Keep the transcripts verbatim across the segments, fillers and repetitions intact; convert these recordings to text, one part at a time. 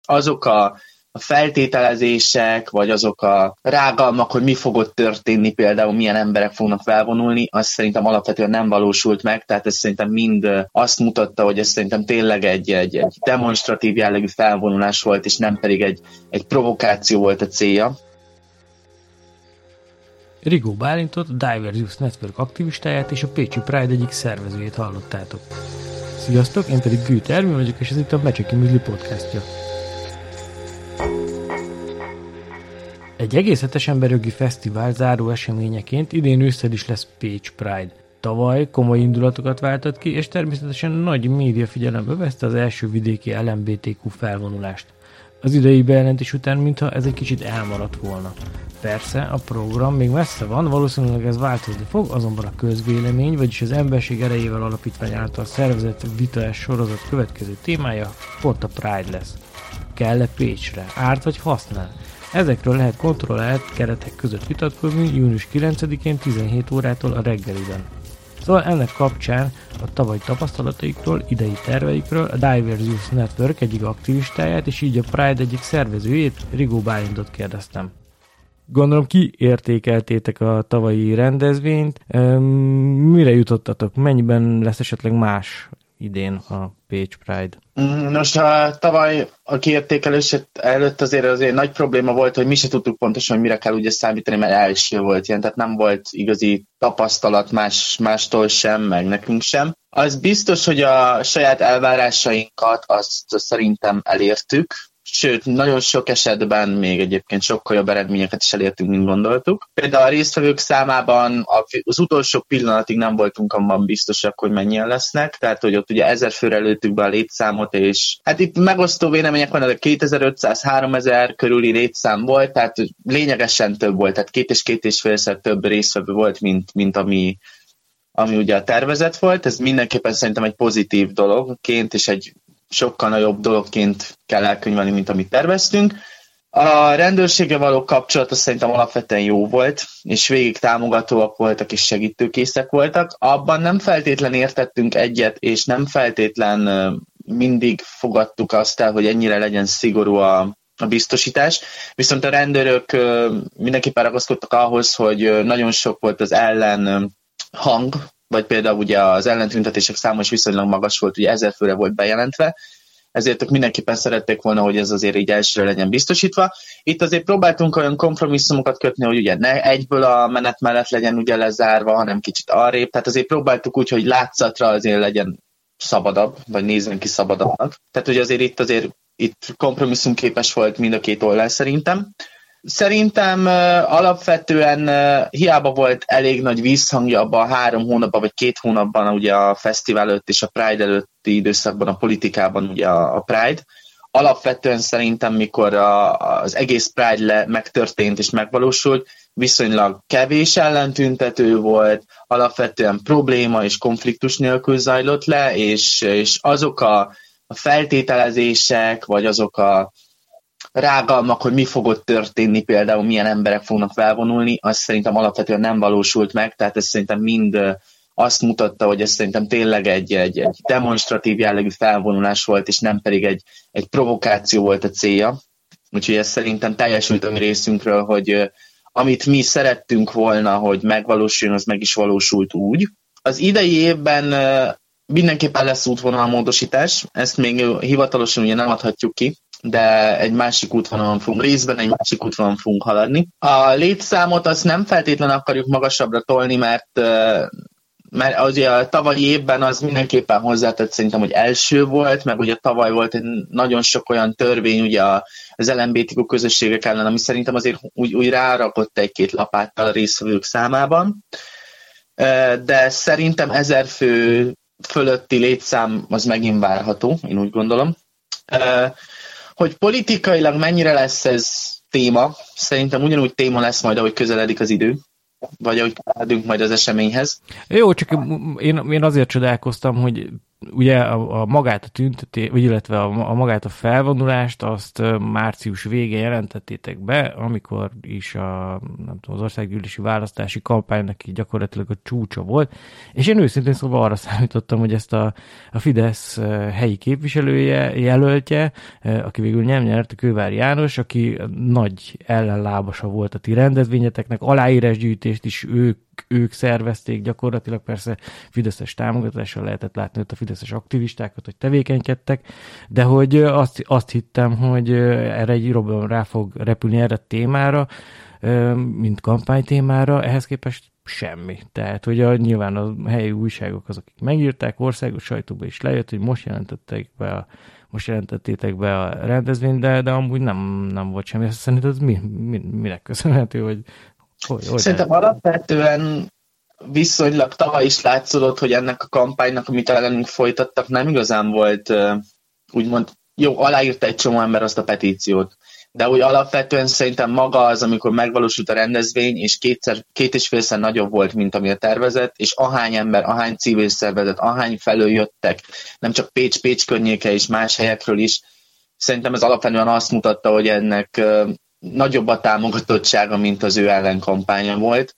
azok a a feltételezések, vagy azok a rágalmak, hogy mi fog történni, például milyen emberek fognak felvonulni, az szerintem alapvetően nem valósult meg, tehát ez szerintem mind azt mutatta, hogy ez szerintem tényleg egy, egy, egy demonstratív jellegű felvonulás volt, és nem pedig egy, egy provokáció volt a célja. Rigó Bálintot, a Divers Youth Network aktivistáját és a Pécsi Pride egyik szervezőjét hallottátok. Sziasztok, én pedig Gűt Ervin vagyok, és ez itt a Mecseki Műzli podcastja. Egy egész hetes emberjogi fesztivál záró eseményeként idén ősszel is lesz Pécs Pride. Tavaly komoly indulatokat váltott ki, és természetesen nagy média figyelembe veszte az első vidéki el em bé té kú felvonulást. Az idei bejelentés után, mintha ez egy kicsit elmaradt volna. Persze, a program még messze van, valószínűleg ez változni fog, azonban a közvélemény, vagyis az Emberség Erejével Alapítvány által szervezett vitás sorozat következő témája pont a Pride lesz. Kell-e Pécsre? Árt vagy használ? Ezekről lehet kontrollált keretek között vitatkozni június kilencedikén tizenhét órától a reggeliben. Szóval ennek kapcsán a tavalyi tapasztalataikról, idei terveikről a Divers Youth Network egyik aktivistáját és így a Pride egyik szervezőjét, Rigó Bálintot kérdeztem. Gondolom, ki értékeltétek a tavalyi rendezvényt, mire jutottatok, mennyiben lesz esetleg más idén a Pécs Pride? Nos, a tavaly a kiértékelés előtt azért azért nagy probléma volt, hogy mi se tudtuk pontosan, hogy mire kell ugye számítani, mert első volt ilyen, tehát nem volt igazi tapasztalat más, mástól sem, meg nekünk sem. Az biztos, hogy a saját elvárásainkat azt szerintem elértük, sőt, nagyon sok esetben még egyébként sokkal jobb eredményeket is elértünk, mint gondoltuk. Például a résztvevők számában az utolsó pillanatig nem voltunk abban biztosak, hogy mennyien lesznek, tehát hogy ott ugye ezer főre lőttük be a létszámot, és hát itt megosztó vélemények van, de kétezer-ötszáz-háromezer körüli létszám volt, tehát lényegesen több volt, tehát két és két és félszer több résztvevő volt, mint, mint ami, ami ugye a tervezet volt. Ez mindenképpen szerintem egy pozitív dologként, és egy sokkal nagyobb dologként kell elkönyvelni, mint amit terveztünk. A rendőrséggel való kapcsolata szerintem alapvetően jó volt, és végig támogatóak voltak, és segítőkészek voltak. Abban nem feltétlen értettünk egyet, és nem feltétlen mindig fogadtuk azt el, hogy ennyire legyen szigorú a, a biztosítás. Viszont a rendőrök mindenképpen ragaszkodtak ahhoz, hogy nagyon sok volt az ellen hang, vagy például ugye az ellentüntetések száma is viszonylag magas volt, ugye ezer főre volt bejelentve, ezért ők mindenképpen szerették volna, hogy ez azért így elsőre legyen biztosítva. Itt azért próbáltunk olyan kompromisszumokat kötni, hogy ugye ne egyből a menet mellett legyen ugye lezárva, hanem kicsit arrébb, tehát azért próbáltuk úgy, hogy látszatra azért legyen szabadabb, vagy nézzen ki szabadabbnak. Tehát ugye azért itt azért itt kompromisszumképes volt mind a két oldal szerintem. Szerintem uh, alapvetően uh, hiába volt elég nagy visszhangja abban a három hónapban, vagy két hónapban ugye a fesztivál előtt és a Pride előtti időszakban a politikában ugye a, a Pride. Alapvetően szerintem, mikor a, az egész Pride le, megtörtént és megvalósult, viszonylag kevés ellentüntető volt, alapvetően probléma és konfliktus nélkül zajlott le, és, és azok a, a feltételezések, vagy azok a rágalmak, hogy mi fog történni, például milyen emberek fognak felvonulni, az szerintem alapvetően nem valósult meg, tehát ez szerintem mind azt mutatta, hogy ez szerintem tényleg egy, egy, egy demonstratív jellegű felvonulás volt, és nem pedig egy, egy provokáció volt a célja. Úgyhogy ez szerintem teljesült a mi részünkről, hogy amit mi szerettünk volna, hogy megvalósuljon, az meg is valósult úgy. Az idei évben mindenképpen lesz útvonalmódosítás, ezt még hivatalosan ugye nem adhatjuk ki, de egy másik útvonalon fogunk, részben egy másik útvonalon fogunk haladni. A létszámot azt nem feltétlenül akarjuk magasabbra tolni, mert, mert ugye a tavalyi évben az mindenképpen hozzátett szerintem, hogy első volt, meg ugye tavaly volt egy nagyon sok olyan törvény ugye az el em bé té kú közösségek ellen, ami szerintem azért úgy, úgy rárakott egy-két lapáttal a résztvevők számában. De szerintem ezer fő fölötti létszám az megint várható, én úgy gondolom. Hogy politikailag mennyire lesz ez téma, szerintem ugyanúgy téma lesz majd, ahogy közeledik az idő, vagy ahogy közeledünk majd az eseményhez. Jó, csak én, én azért csodálkoztam, hogy ugye a, a magát a tüntetést, vagy illetve a, a magát a felvonulást azt március végén jelentettétek be, amikor is a, nem tudom, az országgyűlési választási kampánynak így gyakorlatilag a csúcsa volt, és én őszintén szóval arra számítottam, hogy ezt a, a Fidesz helyi képviselője, jelöltje, aki végül nem nyert, a Kővári János, aki nagy ellenlábasa volt a ti rendezvényeteknek, aláírásgyűjtést is ők ők szervezték, gyakorlatilag persze fideszes támogatással lehetett látni ott a fideszes aktivistákat, hogy tevékenykedtek, de hogy azt, azt hittem, hogy erre egy irodalom rá fog repülni erre a témára, mint kampánytémára, ehhez képest semmi. Tehát, hogy a, nyilván a helyi újságok azok, akik megírták, országos sajtóba is lejött, hogy most jelentették be a most jelentettétek be a rendezvényt, de, de amúgy nem, nem volt semmi. Szerinted ez mi, mi, minek köszönhető, hogy Hogy, hogy Szerintem el? alapvetően viszonylag tavaly is látszódott, hogy ennek a kampánynak, amit ellenünk folytattak, nem igazán volt úgymond, jó, aláírta egy csomó ember azt a petíciót, de úgy alapvetően szerintem maga az, amikor megvalósult a rendezvény, és kétszer, két és félszer nagyobb volt, mint ami a tervezet, és ahány ember, ahány civil szervezet, ahány felől jöttek, nem csak Pécs, Pécs környéke és más helyekről is, szerintem ez alapvetően azt mutatta, hogy ennek nagyobb a támogatottsága, mint az ő ellenkampánya volt.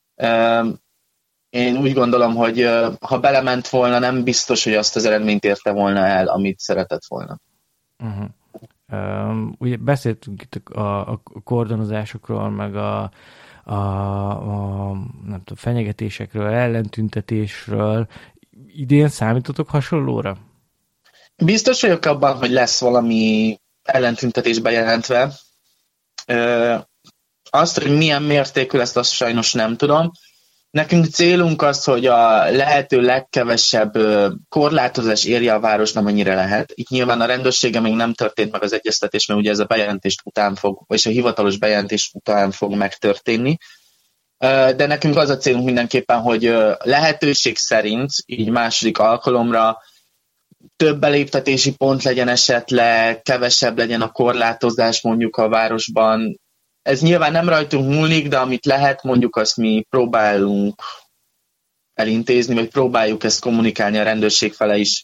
Én úgy gondolom, hogy ha belement volna, nem biztos, hogy azt az eredményt érte volna el, amit szeretett volna. Uh-huh. Um, ugye beszéltünk itt a, a kordonozásokról, meg a, a, a nem tudom, fenyegetésekről, ellentüntetésről. Idén számítotok hasonlóra? Biztos vagyok abban, hogy lesz valami ellentüntetés bejelentve. Azt, hogy milyen mértékű lesz, azt sajnos nem tudom. Nekünk célunk az, hogy a lehető legkevesebb korlátozás érje a várost, amennyire lehet. Itt nyilván a rendőrsége még nem történt meg az egyeztetés, mert ugye ez a bejelentést után fog, vagy a hivatalos bejelentés után fog megtörténni. De nekünk az a célunk mindenképpen, hogy lehetőség szerint, így második alkalomra több beléptetési pont legyen esetleg, kevesebb legyen a korlátozás mondjuk a városban. Ez nyilván nem rajtunk múlik, de amit lehet, mondjuk azt mi próbálunk elintézni, vagy próbáljuk ezt kommunikálni a rendőrség fele is,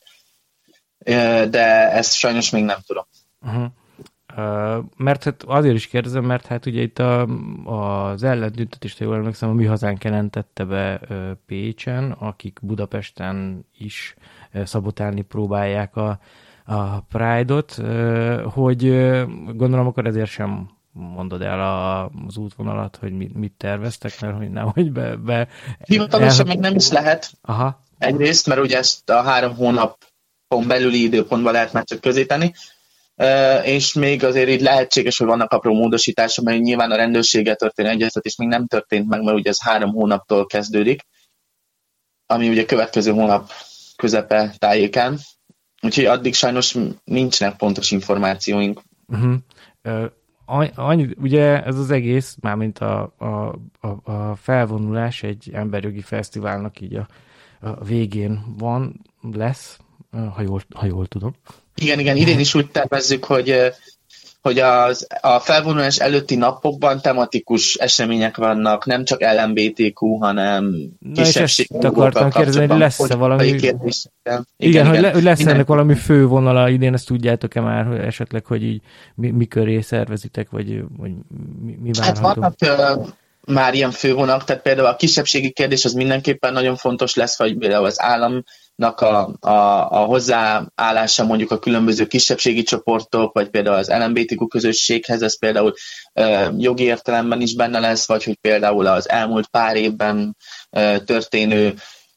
de ezt sajnos még nem tudom. Uh-huh. Uh, mert hát azért is kérdezem, mert hát ugye itt a, az ellentüntetést, ha jól emlékszem, a Mi Hazánk jelentette be uh, Pécsen, akik Budapesten is uh, szabotálni próbálják a, a Pride-ot, uh, hogy uh, gondolom akkor ezért sem mondod el a, az útvonalat, hogy mit, mit terveztek, mert hogy nem, hogy be... be Hivatalosan el... még nem is lehet. Aha. Egyrészt, mert ugye ezt a három hónapon belüli időpontban lehet már csak közé tenni, uh, és még azért így lehetséges, hogy vannak apró módosítások, mert nyilván a rendőrséggel történő egyeztetés még nem történt meg, mert ugye ez három hónaptól kezdődik, ami ugye következő hónap közepe tájékán. Úgyhogy addig sajnos nincsenek pontos információink. Uh-huh. Uh... Annyi, ugye ez az egész, mármint a, a, a, a felvonulás egy emberjogi fesztiválnak így a, a végén van, lesz, ha jól, ha jól tudom. Igen, igen, idén is úgy tervezzük, hogy, hogy az, a felvonulás előtti napokban tematikus események vannak, nem csak el em bé té kú, hanem kisebbség. Na és ezt akartam kérdezni, hogy lesz-e valami... Igen, igen, igen, hogy, le, hogy lesz ennek valami fővonala idén, ezt tudjátok-e már, hogy esetleg, hogy így mi, mi köré szervezitek, vagy, vagy mi, mi várható? Hát vannak uh, már ilyen fővonalak, tehát például a kisebbségi kérdés az mindenképpen nagyon fontos lesz, vagy például az állam A, a, a hozzáállása mondjuk a különböző kisebbségi csoportok, vagy például az el em bé té kú közösséghez, ez például uh, jogi értelemben is benne lesz, vagy hogy például az elmúlt pár évben uh, történő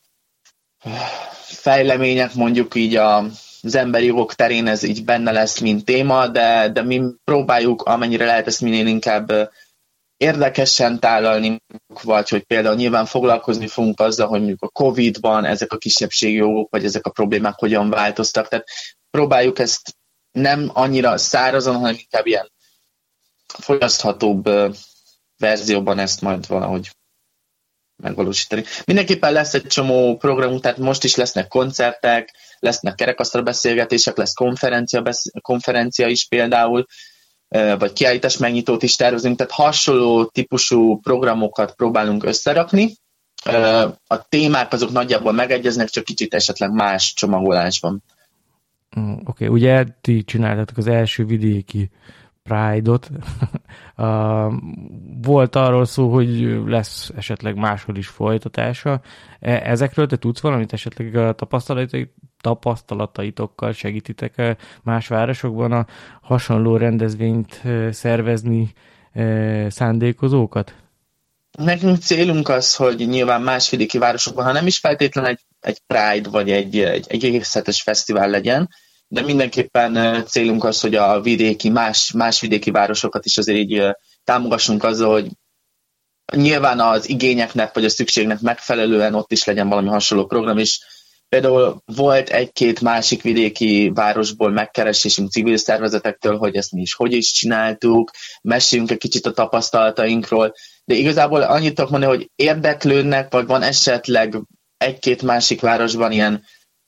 uh, fejlemények mondjuk így a, az emberi jogok terén ez így benne lesz, mint téma, de, de mi próbáljuk amennyire lehet ezt minél inkább uh, érdekesen tálalni, vagy hogy például nyilván foglalkozni fogunk azzal, hogy mondjuk a Covid-ban ezek a kisebbségi jogok, vagy ezek a problémák hogyan változtak. Tehát próbáljuk ezt nem annyira szárazon, hanem inkább ilyen fogyaszthatóbb verzióban ezt majd valahogy megvalósítani. Mindenképpen lesz egy csomó programunk, tehát most is lesznek koncertek, lesznek kerekasztal beszélgetések, lesz konferencia, besz- konferencia is például, vagy kiállítás megnyitót is tervezünk, tehát hasonló típusú programokat próbálunk összerakni, A témák azok nagyjából megegyeznek, csak kicsit esetleg más csomagolásban. Mm, Oké, okay. Ugye ti csináltatok az első vidéki Pride-ot. uh, volt arról szó, hogy lesz esetleg máshol is folytatása. Ezekről te tudsz valamit? Esetleg a tapasztalatai, tapasztalataitokkal segítitek más városokban a hasonló rendezvényt szervezni szándékozókat? Nekünk célunk az, hogy nyilván más vidéki városokban, ha nem is feltétlenül egy, egy Pride vagy egy, egy, egy egész hetes fesztivál legyen, de mindenképpen célunk az, hogy a vidéki, más, más vidéki városokat is azért így támogassunk azzal, hogy nyilván az igényeknek vagy a szükségnek megfelelően ott is legyen valami hasonló program, és például volt egy-két másik vidéki városból megkeresésünk civil szervezetektől, hogy ezt mi is hogy is csináltuk, meséljünk egy kicsit a tapasztalatainkról, de igazából annyit tudok mondani, hogy érdeklődnek, vagy van esetleg egy-két másik városban ilyen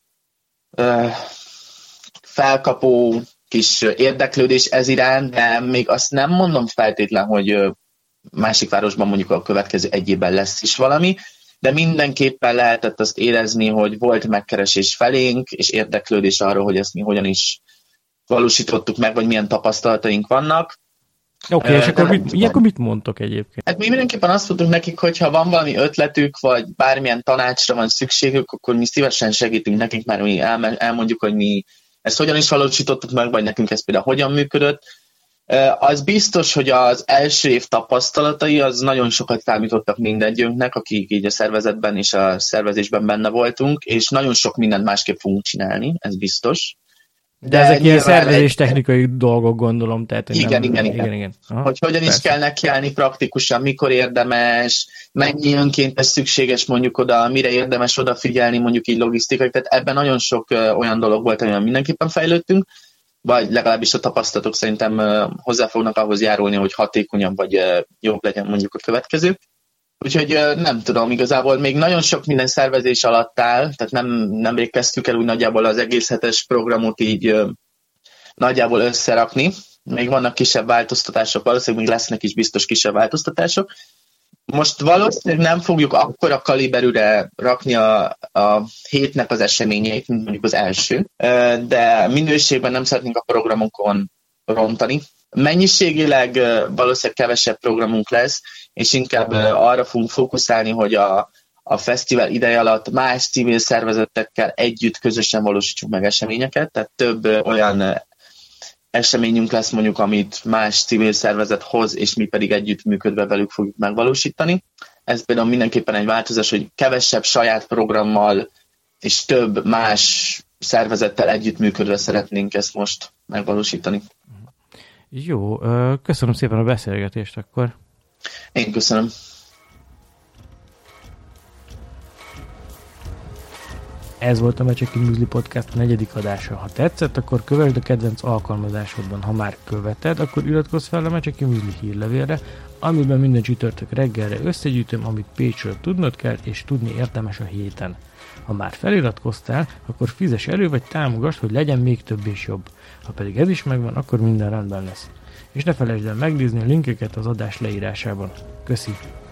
uh, felkapó kis érdeklődés ez iránt, de még azt nem mondom feltétlen, hogy másik városban mondjuk a következő egy évben lesz is valami, de mindenképpen lehetett azt érezni, hogy volt megkeresés felénk, és érdeklődés arról, hogy ezt mi hogyan is valósítottuk meg, vagy milyen tapasztalataink vannak. Oké, okay, és akkor mit, ilyenkor mit mondtok egyébként? Hát mi mindenképpen azt mondtuk nekik, hogy ha van valami ötletük, vagy bármilyen tanácsra van szükségük, akkor mi szívesen segítünk nekik, már mi elmondjuk, hogy mi ezt hogyan is valósítottuk meg, vagy nekünk ez például hogyan működött. Az biztos, hogy az első év tapasztalatai az nagyon sokat számítottak mindegyünknek, akik így a szervezetben és a szervezésben benne voltunk, és nagyon sok mindent másképp fogunk csinálni, ez biztos. De, De ezek ilyen szervezéstechnikai egy... dolgok, gondolom. Tehát, igen, nem... igen, igen, igen, igen. Aha, hogy hogyan persze. is kell nekiállni praktikusan, mikor érdemes, mennyi önkéntes szükséges mondjuk oda, mire érdemes odafigyelni, mondjuk így logisztikai. Tehát ebben nagyon sok olyan dolog volt, amiben mindenképpen fejlődtünk, vagy legalábbis a tapasztalatok szerintem hozzá fognak ahhoz járulni, hogy hatékonyabb vagy jobb legyen mondjuk a következő. Úgyhogy nem tudom, igazából még nagyon sok minden szervezés alatt áll, tehát nem, nemrég kezdtük el úgy nagyjából az egész hetes programot így nagyjából összerakni. Még vannak kisebb változtatások, valószínűleg még lesznek is biztos kisebb változtatások. Most valószínűleg nem fogjuk akkora kaliberűre rakni a, a hétnek az eseményeit, mint mondjuk az első, de minőségben nem szeretnénk a programokon rontani. Mennyiségileg valószínűleg kevesebb programunk lesz, és inkább arra fogunk fókuszálni, hogy a, a fesztivál ideje alatt más civil szervezetekkel együtt közösen valósítsuk meg eseményeket, tehát több olyan eseményünk lesz mondjuk, amit más civil szervezet hoz, és mi pedig együttműködve velük fogjuk megvalósítani. Ez például mindenképpen egy változás, hogy kevesebb saját programmal és több más szervezettel együttműködve szeretnénk ezt most megvalósítani. Jó, köszönöm szépen a beszélgetést akkor. Én köszönöm. Ez volt a Mecseki Műzli Podcast negyedik adása. Ha tetszett, akkor kövesd a kedvenc alkalmazásodban. Ha már követed, akkor iratkozz fel a Mecseki Műzli hírlevélre, amiben minden csütörtök reggelre összegyűjtöm, amit Pécsről tudnod kell, és tudni érdemes a héten. Ha már feliratkoztál, akkor fizess elő, vagy támogass, hogy legyen még több és jobb. Ha pedig ez is megvan, akkor minden rendben lesz. És ne felejtsd el megnézni a linkeket az adás leírásában. Köszi!